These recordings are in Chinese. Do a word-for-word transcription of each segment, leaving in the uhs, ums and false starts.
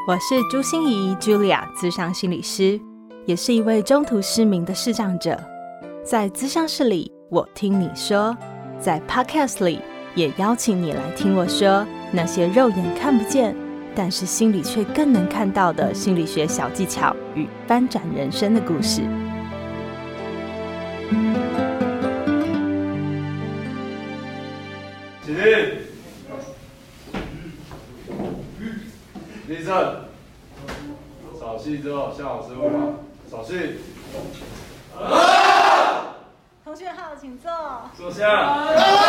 我是朱心怡 Julia 諮商心理师，也是一位中途失明的视障者。在諮商室里，我听你说；在 Podcast 里，也邀请你来听我说那些肉眼看不见，但是心里却更能看到的心理学小技巧与翻转人生的故事。 起立，立正。扫息之后，向老师问好。扫息。 同学好，请坐。 坐下。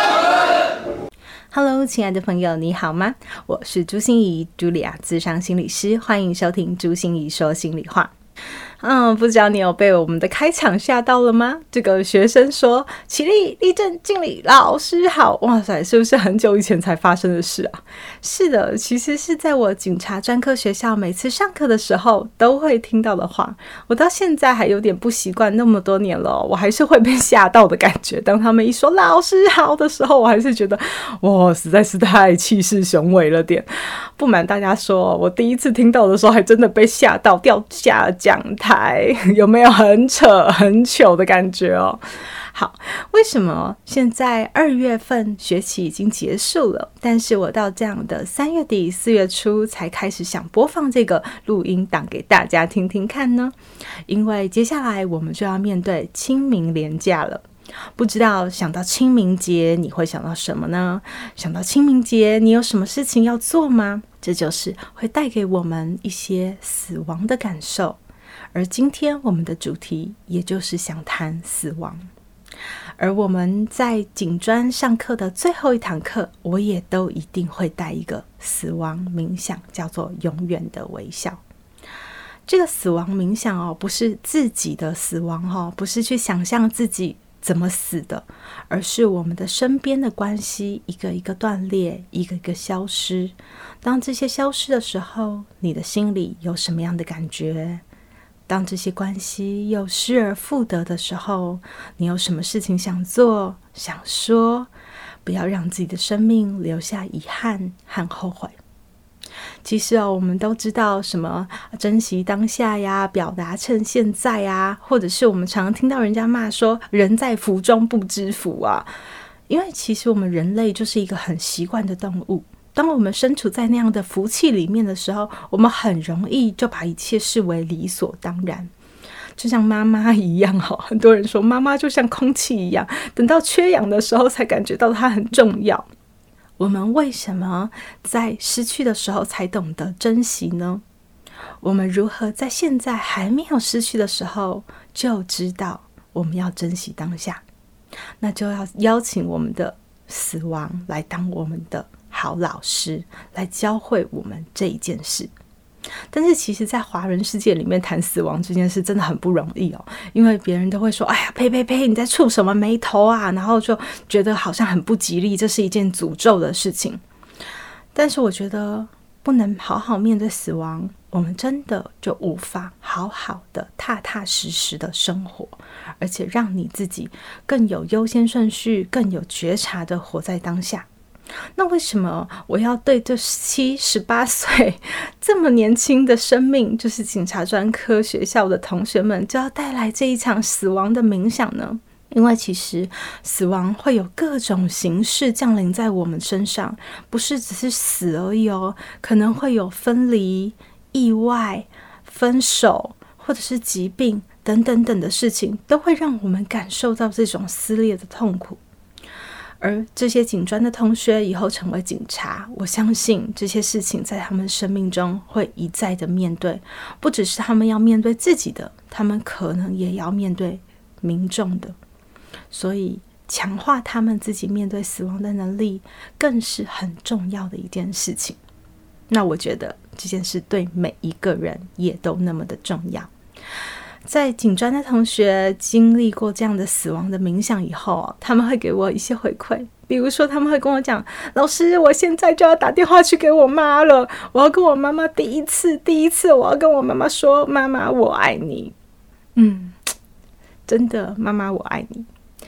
Hello， 亲爱的朋友，你好吗？我是朱心怡 Julia 諮商心理师，欢迎收听朱心怡说心里话。嗯，不知道你有被我们的开场吓到了吗？这个学生说起立立正敬礼老师好，哇塞，是不是很久以前才发生的事啊？是的，其实是在我警察专科学校每次上课的时候都会听到的话。我到现在还有点不习惯，那么多年了，我还是会被吓到的感觉。当他们一说老师好的时候，我还是觉得哇，实在是太气势雄伟了点。不瞒大家说，我第一次听到的时候还真的被吓到掉下讲台，有没有很扯很糗的感觉哦？好，为什么现在二月份学期已经结束了，但是我到这样的三月底四月初才开始想播放这个录音档给大家听听看呢？因为接下来我们就要面对清明连假了。不知道想到清明节你会想到什么呢？想到清明节你有什么事情要做吗？这就是会带给我们一些死亡的感受。而今天我们的主题也就是想谈死亡。而我们在警专上课的最后一堂课，我也都一定会带一个死亡冥想，叫做永远的微笑。这个死亡冥想哦，不是自己的死亡哦，不是去想象自己怎么死的，而是我们的身边的关系一个一个断裂，一个一个消失。当这些消失的时候，你的心里有什么样的感觉？当这些关系又失而复得的时候，你有什么事情想做想说？不要让自己的生命留下遗憾和后悔。其实哦，我们都知道什么珍惜当下呀，表达趁现在呀，或者是我们常常听到人家骂说人在福中不知福啊。因为其实我们人类就是一个很习惯的动物，当我们身处在那样的福气里面的时候，我们很容易就把一切视为理所当然。就像妈妈一样，很多人说妈妈就像空气一样，等到缺氧的时候才感觉到它很重要。我们为什么在失去的时候才懂得珍惜呢？我们如何在现在还没有失去的时候就知道我们要珍惜当下？那就要邀请我们的死亡来当我们的好老师，来教会我们这一件事。但是其实在华人世界里面谈死亡这件事真的很不容易哦，因为别人都会说哎呀呸呸呸，你在触什么霉头啊，然后就觉得好像很不吉利，这是一件诅咒的事情。但是我觉得不能好好面对死亡，我们真的就无法好好的踏踏实实的生活，而且让你自己更有优先顺序，更有觉察的活在当下。那为什么我要对这十七、十八岁这么年轻的生命，就是警察专科学校的同学们，就要带来这一场死亡的冥想呢？因为其实死亡会有各种形式降临在我们身上，不是只是死而已哦，可能会有分离、意外、分手，或者是疾病等等等的事情，都会让我们感受到这种撕裂的痛苦。而这些警专的同学以后成为警察，我相信这些事情在他们生命中会一再的面对，不只是他们要面对自己的，他们可能也要面对民众的。所以强化他们自己面对死亡的能力更是很重要的一件事情。那我觉得这件事对每一个人也都那么的重要。在警专的同学经历过这样的死亡的冥想以后，他们会给我一些回馈，比如说他们会跟我讲，老师我现在就要打电话去给我妈了，我要跟我妈妈第一次第一次我要跟我妈妈说，妈妈我爱你。嗯，真的妈妈我爱你。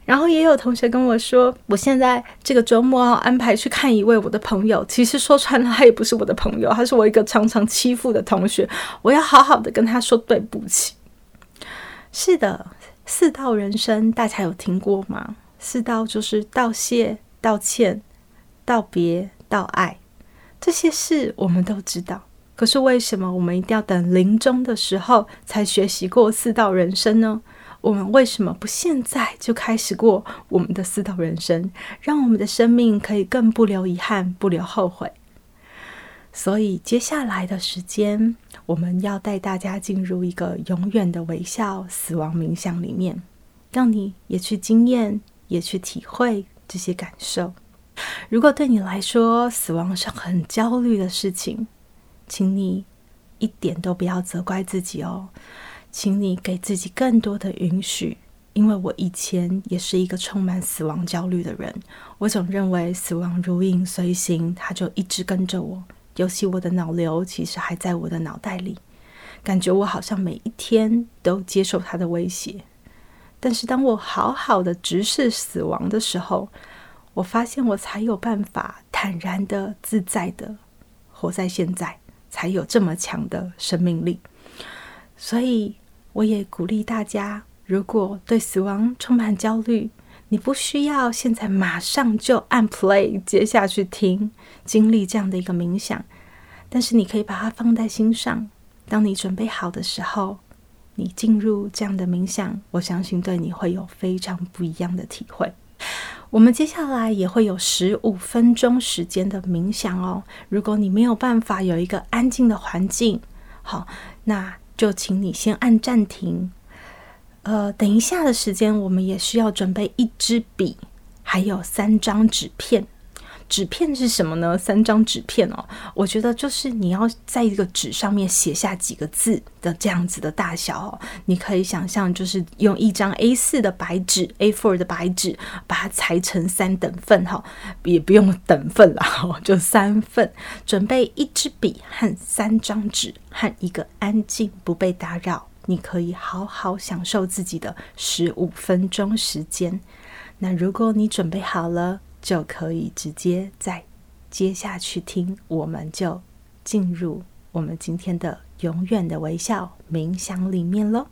然后也有同学跟我说，我现在这个周末要安排去看一位我的朋友，其实说穿了他也不是我的朋友，他是我一个常常欺负的同学，我要好好的跟他说对不起。是的，四道人生大家有听过吗？四道就是道谢、道歉、道别、道爱，这些事我们都知道，可是为什么我们一定要等临终的时候才学习过四道人生呢？我们为什么不现在就开始过我们的四道人生，让我们的生命可以更不留遗憾，不留后悔？所以接下来的时间，我们要带大家进入一个永远的微笑死亡冥想里面，让你也去经验，也去体会这些感受。如果对你来说死亡是很焦虑的事情，请你一点都不要责怪自己哦，请你给自己更多的允许，因为我以前也是一个充满死亡焦虑的人，我总认为死亡如影随形，它就一直跟着我，尤其我的脑瘤其实还在我的脑袋里，感觉我好像每一天都接受它的威胁。但是当我好好的直视死亡的时候，我发现我才有办法坦然的、自在的活在现在，才有这么强的生命力。所以我也鼓励大家，如果对死亡充满焦虑，你不需要现在马上就按 play 接下去听经历这样的一个冥想，但是你可以把它放在心上，当你准备好的时候，你进入这样的冥想，我相信对你会有非常不一样的体会。我们接下来也会有十五分钟时间的冥想哦。如果你没有办法有一个安静的环境，好，那就请你先按暂停。呃，等一下的时间，我们也需要准备一支笔，还有三张纸片。纸片是什么呢？三张纸片哦，我觉得就是你要在一个纸上面写下几个字的这样子的大小哦。你可以想象，就是用一张 A 四 的白纸 A 四 的白纸，把它裁成三等份哈，也不用等份啦，就三份。准备一支笔和三张纸和一个安静不被打扰，你可以好好享受自己的十五分钟时间。那如果你准备好了，就可以直接再接下去听，我们就进入我们今天的永远的微笑冥想里面咯。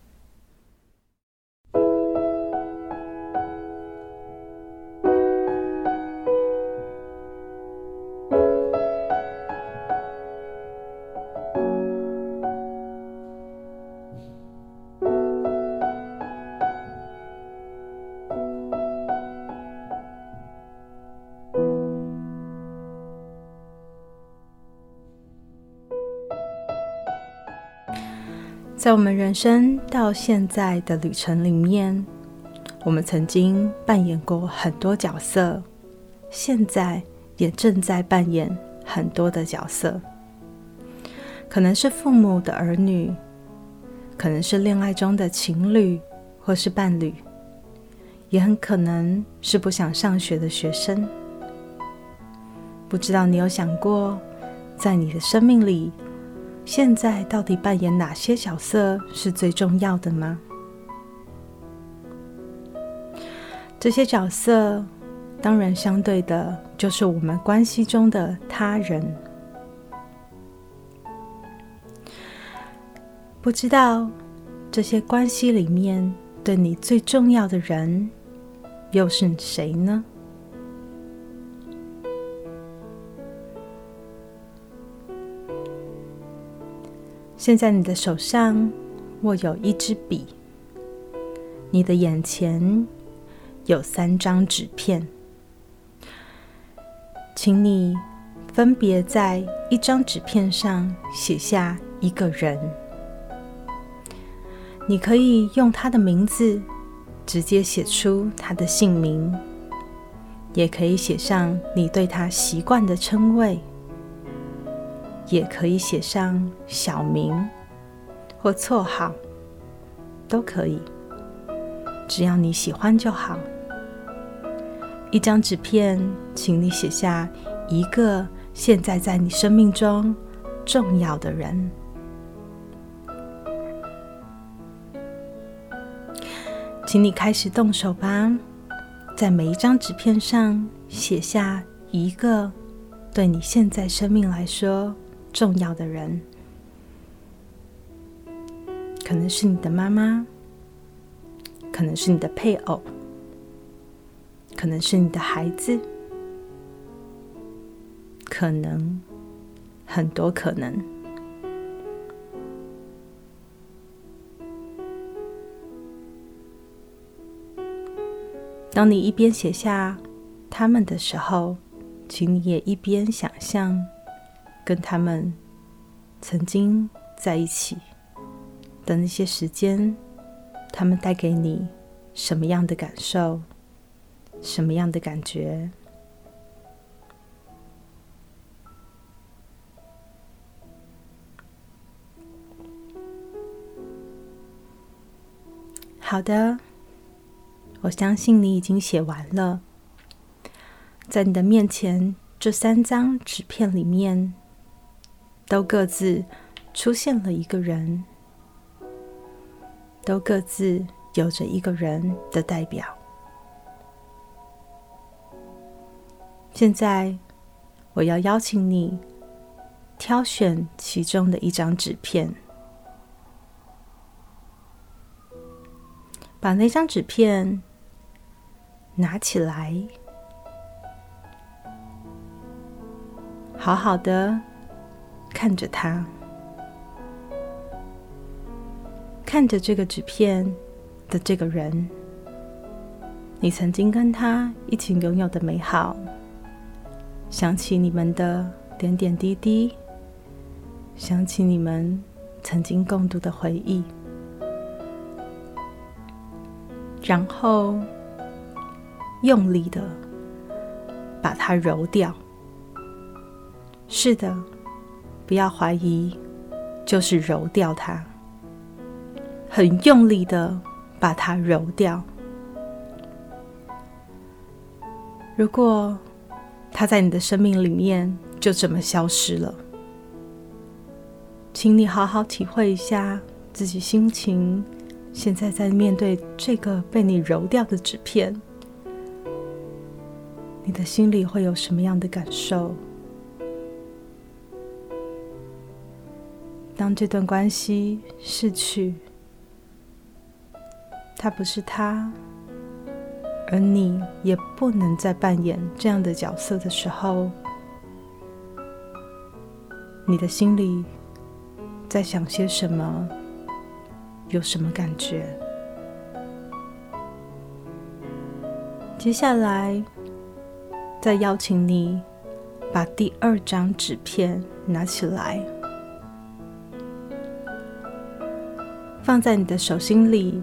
在我们人生到现在的旅程里面，我们曾经扮演过很多角色，现在也正在扮演很多的角色，可能是父母的儿女，可能是恋爱中的情侣或是伴侣，也很可能是不想上学的学生。不知道你有想过，在你的生命里，现在到底扮演哪些角色是最重要的吗？这些角色当然相对的就是我们关系中的他人。不知道这些关系里面对你最重要的人又是谁呢？现在你的手上握有一支笔，你的眼前有三张纸片，请你分别在一张纸片上写下一个人。你可以用他的名字直接写出他的姓名，也可以写上你对他习惯的称谓，也可以写上小名或绰号，都可以，只要你喜欢就好。一张纸片，请你写下一个现在在你生命中重要的人。 请你开始动手吧，在每一张纸片上写下一个对你现在生命来说重要的人，可能是你的妈妈，可能是你的配偶，可能是你的孩子，可能很多可能。当你一边写下他们的时候，请你也一边想象跟他们曾经在一起的那些时间，他们带给你什么样的感受，什么样的感觉。好的，我相信你已经写完了。在你的面前，这三张纸片里面都各自出现了一个人，都各自有着一个人的代表。现在我要邀请你挑选其中的一张纸片，把那张纸片拿起来，好好的看着它，看着这个纸片的这个人，你曾经跟他一起拥有的美好，想起你们的点点滴滴，想起你们曾经共度的回忆，然后用力的把它揉掉。是的，不要怀疑，就是揉掉它，很用力的把它揉掉。如果它在你的生命里面就这么消失了，请你好好体会一下自己心情，现在在面对这个被你揉掉的纸片，你的心里会有什么样的感受？当这段关系逝去，他不是他，而你也不能再扮演这样的角色的时候，你的心里在想些什么？有什么感觉？接下来再邀请你把第二张纸片拿起来，放在你的手心里，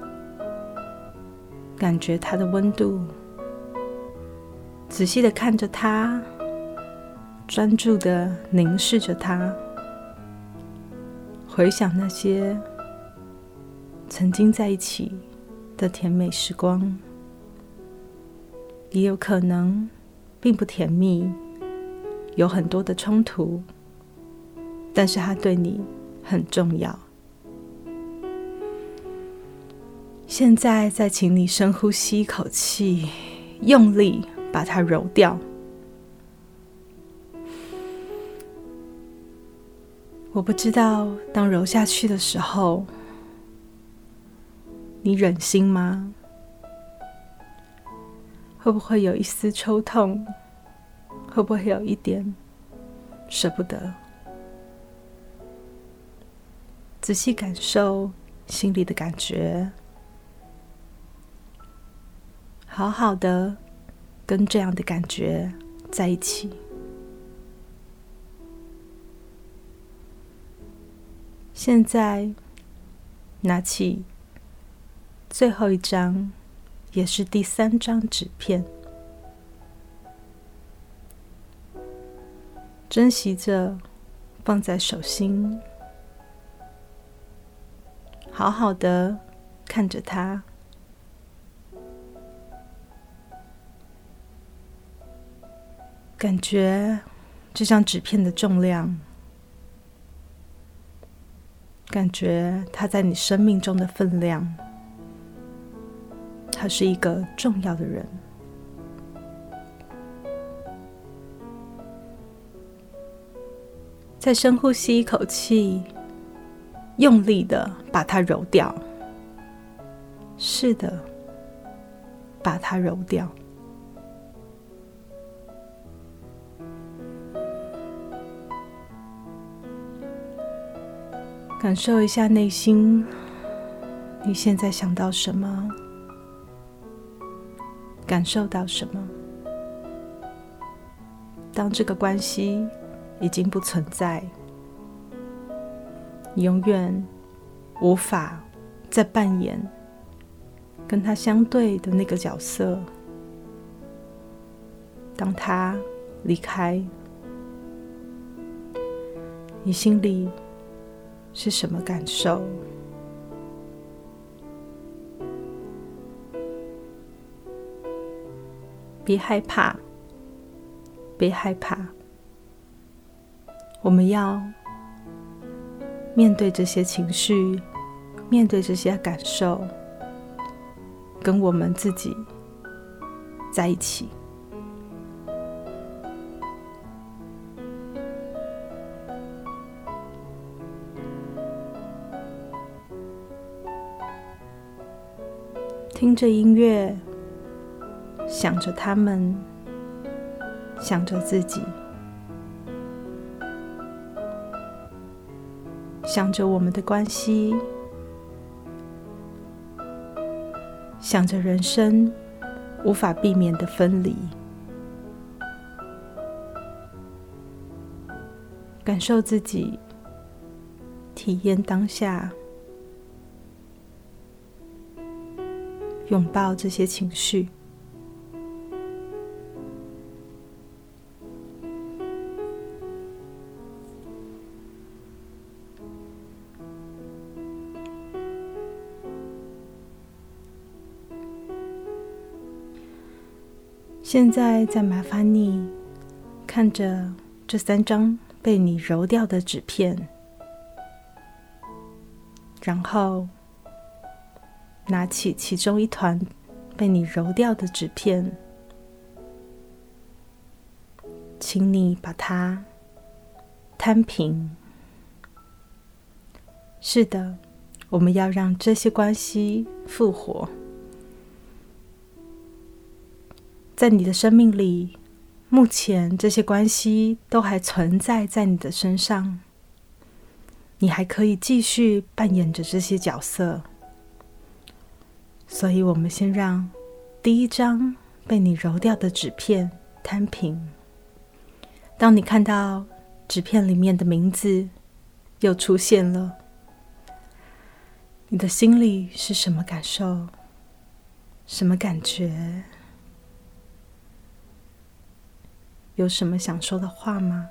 感觉它的温度，仔细的看着它，专注的凝视着它，回想那些曾经在一起的甜美时光，也有可能并不甜蜜，有很多的冲突，但是它对你很重要。现在再请你深呼吸一口气，用力把它揉掉。我不知道当揉下去的时候，你忍心吗？会不会有一丝抽痛？会不会有一点舍不得？仔细感受心里的感觉，好好的跟这样的感觉在一起。现在拿起最后一张，也是第三张纸片，珍惜着放在手心，好好的看着它，感觉这张纸片的重量，感觉它在你生命中的分量， 他是一个重要的人。再深呼吸一口气，用力的把它揉掉。是的，把它揉掉。感受一下内心，你现在想到什么？感受到什么？当这个关系已经不存在，你永远无法再扮演跟他相对的那个角色。当他离开，你心里是什么感受？别害怕，别害怕，我们要面对这些情绪，面对这些感受，跟我们自己在一起。听着音乐，想着他们，想着自己，想着我们的关系，想着人生无法避免的分离，感受自己，体验当下，拥抱这些情绪。现在再麻烦你看着这三张被你揉掉的纸片，然后拿起其中一团被你揉掉的纸片，请你把它摊平。是的，我们要让这些关系复活。在你的生命里，目前这些关系都还存在在你的身上，你还可以继续扮演着这些角色。所以我们先让第一张被你揉掉的纸片摊平。当你看到纸片里面的名字又出现了，你的心里是什么感受？什么感觉？有什么想说的话吗？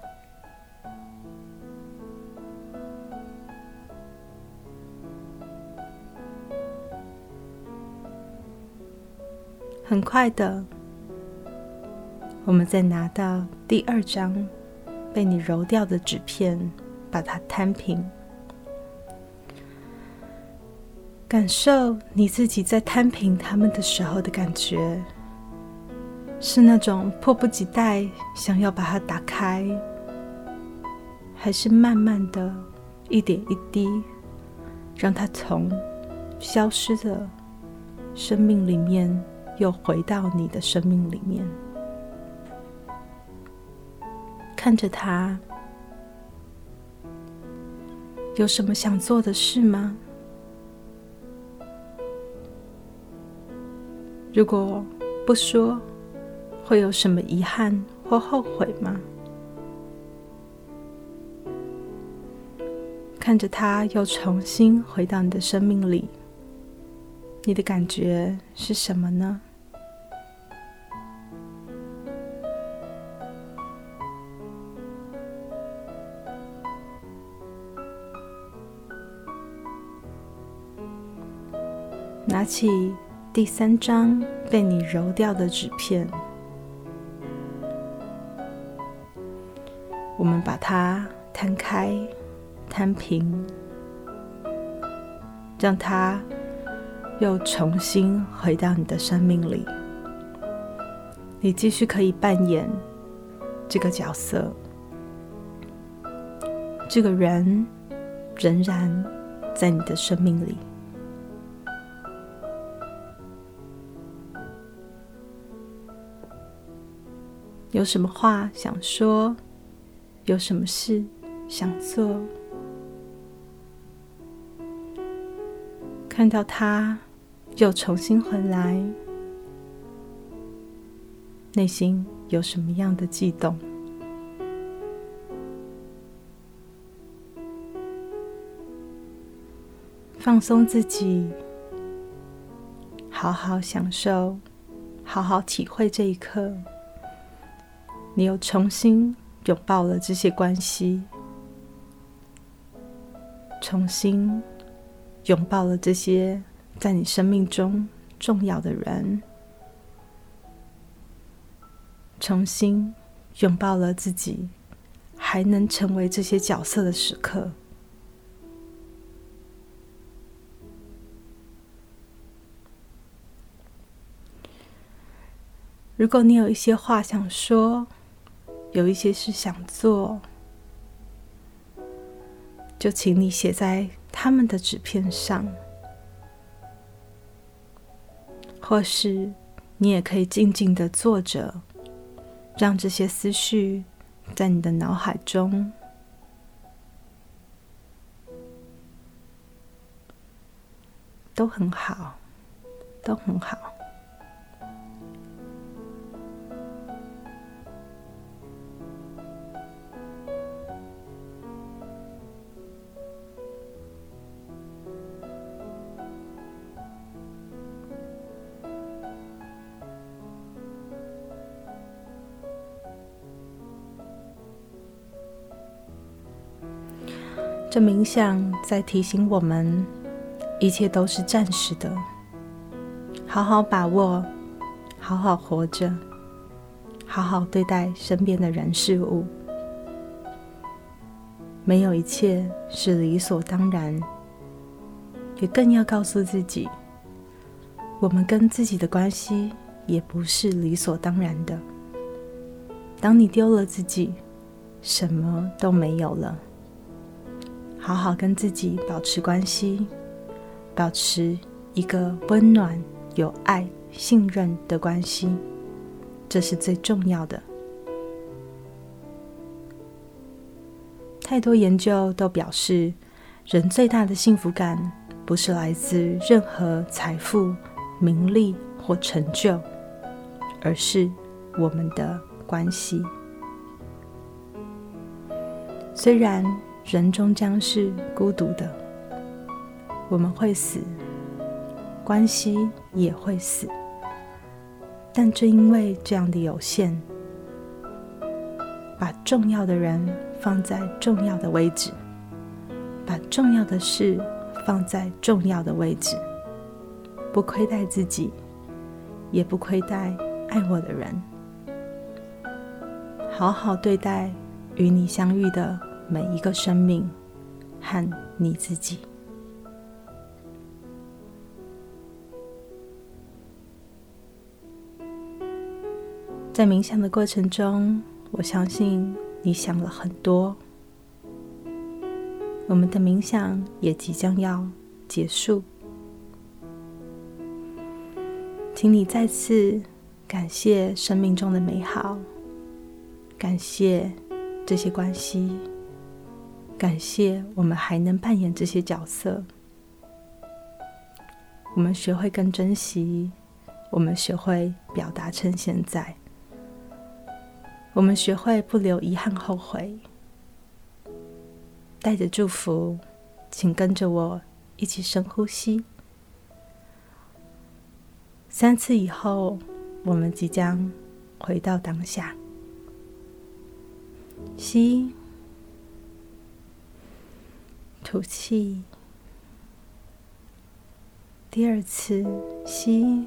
很快的，我们再拿到第二张被你揉掉的纸片，把它摊平。感受你自己在摊平它们的时候的感觉，是那种迫不及待想要把它打开，还是慢慢的一点一滴让它从消失的生命里面又回到你的生命里面？看着它，有什么想做的事吗？如果不说，会有什么遗憾或后悔吗？看着它又重新回到你的生命里，你的感觉是什么呢？拿起第三张被你揉掉的纸片，我们把它摊开、摊平，让它又重新回到你的生命里，你继续可以扮演这个角色，这个人仍然在你的生命里。有什么话想说，有什么事想做，看到他又重新回来，内心有什么样的悸动？放松自己，好好享受，好好体会这一刻。你又重新拥抱了这些关系，重新拥抱了这些在你生命中重要的人，重新拥抱了自己还能成为这些角色的时刻。如果你有一些话想说，有一些事想做，就请你写在他们的纸片上，或是你也可以静静地坐着，让这些思绪在你的脑海中都很好，都很好。这冥想在提醒我们，一切都是暂时的，好好把握，好好活着，好好对待身边的人事物。没有一切是理所当然，也更要告诉自己，我们跟自己的关系也不是理所当然的。当你丢了自己，什么都没有了。好好跟自己保持关系，保持一个温暖、有爱、信任的关系，这是最重要的。太多研究都表示，人最大的幸福感不是来自任何财富、名利或成就，而是我们的关系。虽然人终将是孤独的，我们会死，关系也会死，但正因为这样的有限，把重要的人放在重要的位置，把重要的事放在重要的位置，不亏待自己，也不亏待爱我的人，好好对待与你相遇的每一个生命和你自己。在冥想的过程中，我相信你想了很多。我们的冥想也即将要结束，请你再次感谢生命中的美好，感谢这些关系，感谢我们还能扮演这些角色。我们学会更珍惜，我们学会表达趁现在，我们学会不留遗憾后悔。带着祝福，请跟着我一起深呼吸。三次以后，我们即将回到当下。吸，吐气。第二次吸，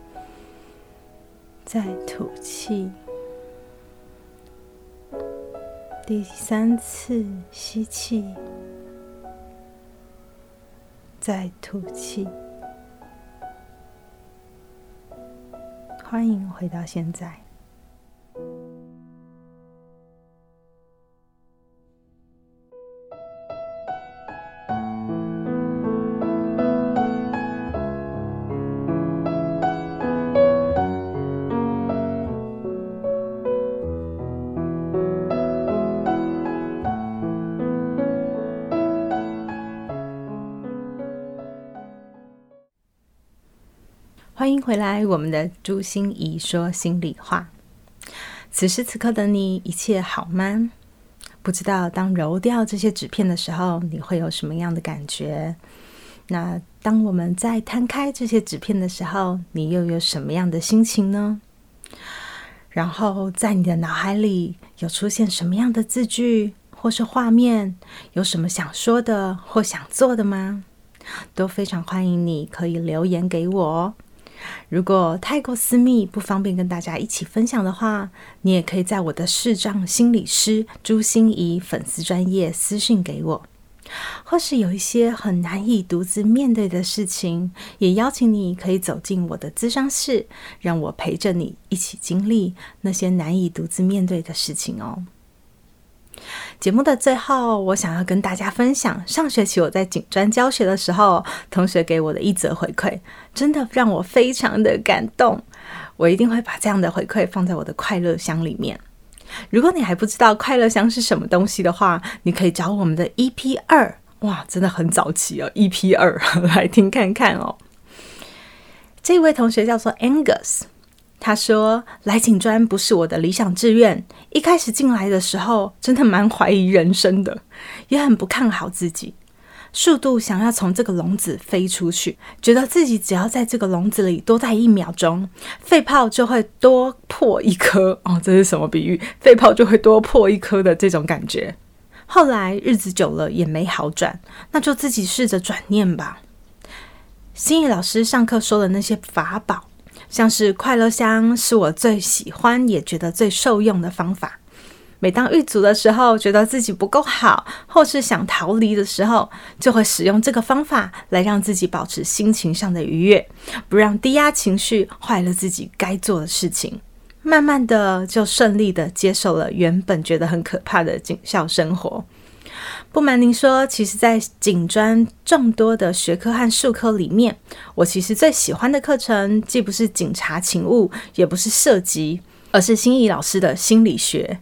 再吐气。第三次吸气，再吐气。 欢迎回到现在。欢迎回来，我们的朱心怡说心里话。此时此刻的你一切好吗？不知道当揉掉这些纸片的时候，你会有什么样的感觉？那当我们在摊开这些纸片的时候，你又有什么样的心情呢？然后在你的脑海里有出现什么样的字句或是画面？有什么想说的或想做的吗？都非常欢迎你可以留言给我哦。如果太过私密不方便跟大家一起分享的话，你也可以在我的视障心理师朱心怡粉丝专页私讯给我。或是有一些很难以独自面对的事情，也邀请你可以走进我的咨商室，让我陪着你一起经历那些难以独自面对的事情哦。节目的最后，我想要跟大家分享上学期我在警专教学的时候，同学给我的一则回馈，真的让我非常的感动。我一定会把这样的回馈放在我的快乐箱里面。如果你还不知道快乐箱是什么东西的话，你可以找我们的 E P 二， 哇，真的很早期哦 E P 二 来听看看哦。这位同学叫做 Angus，他说来警专不是我的理想志愿，一开始进来的时候真的蛮怀疑人生的，也很不看好自己，数度想要从这个笼子飞出去，觉得自己只要在这个笼子里多待一秒钟，肺泡就会多破一颗哦，这是什么比喻？肺泡就会多破一颗的这种感觉。后来日子久了也没好转，那就自己试着转念吧。心怡老师上课说的那些法宝，像是快乐箱，是我最喜欢也觉得最受用的方法。每当郁卒的时候，觉得自己不够好，或是想逃离的时候，就会使用这个方法来让自己保持心情上的愉悦，不让低压情绪坏了自己该做的事情。慢慢的就顺利的接受了原本觉得很可怕的警校生活。不瞒您说，其实在警专众多的学科和术科里面，我其实最喜欢的课程既不是警察勤务，也不是射击，而是心怡老师的心理学。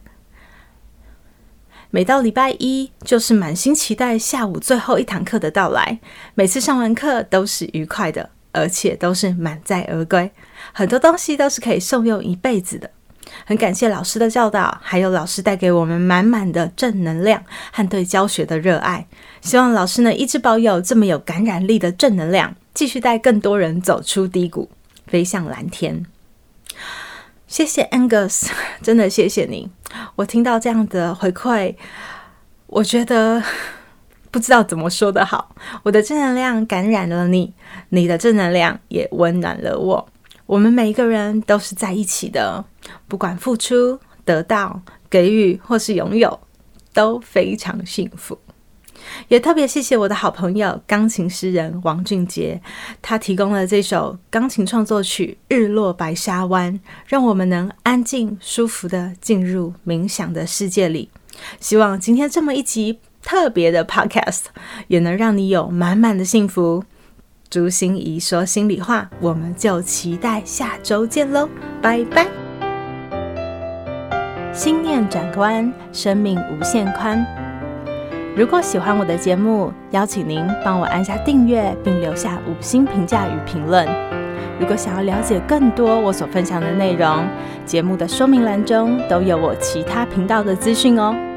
每到礼拜一，就是满心期待下午最后一堂课的到来，每次上完课都是愉快的，而且都是满载而归，很多东西都是可以受用一辈子的。很感谢老师的教导，还有老师带给我们满满的正能量和对教学的热爱。希望老师呢一直保有这么有感染力的正能量，继续带更多人走出低谷，飞向蓝天。谢谢 Angus， 真的谢谢你。我听到这样的回馈，我觉得不知道怎么说的好。我的正能量感染了你，你的正能量也温暖了我。我们每一个人都是在一起的，不管付出、得到、给予或是拥有，都非常幸福。也特别谢谢我的好朋友钢琴诗人王俊杰，他提供了这首钢琴创作曲《日落白沙湾》，让我们能安静舒服的进入冥想的世界里。希望今天这么一集特别的 podcast 也能让你有满满的幸福。朱心怡说心里话，我们就期待下周见咯，拜拜。心念转关，生命无限宽。如果喜欢我的节目，邀请您帮我按下订阅，并留下五星评价与评论。如果想要了解更多我所分享的内容，节目的说明栏中都有我其他频道的资讯哦。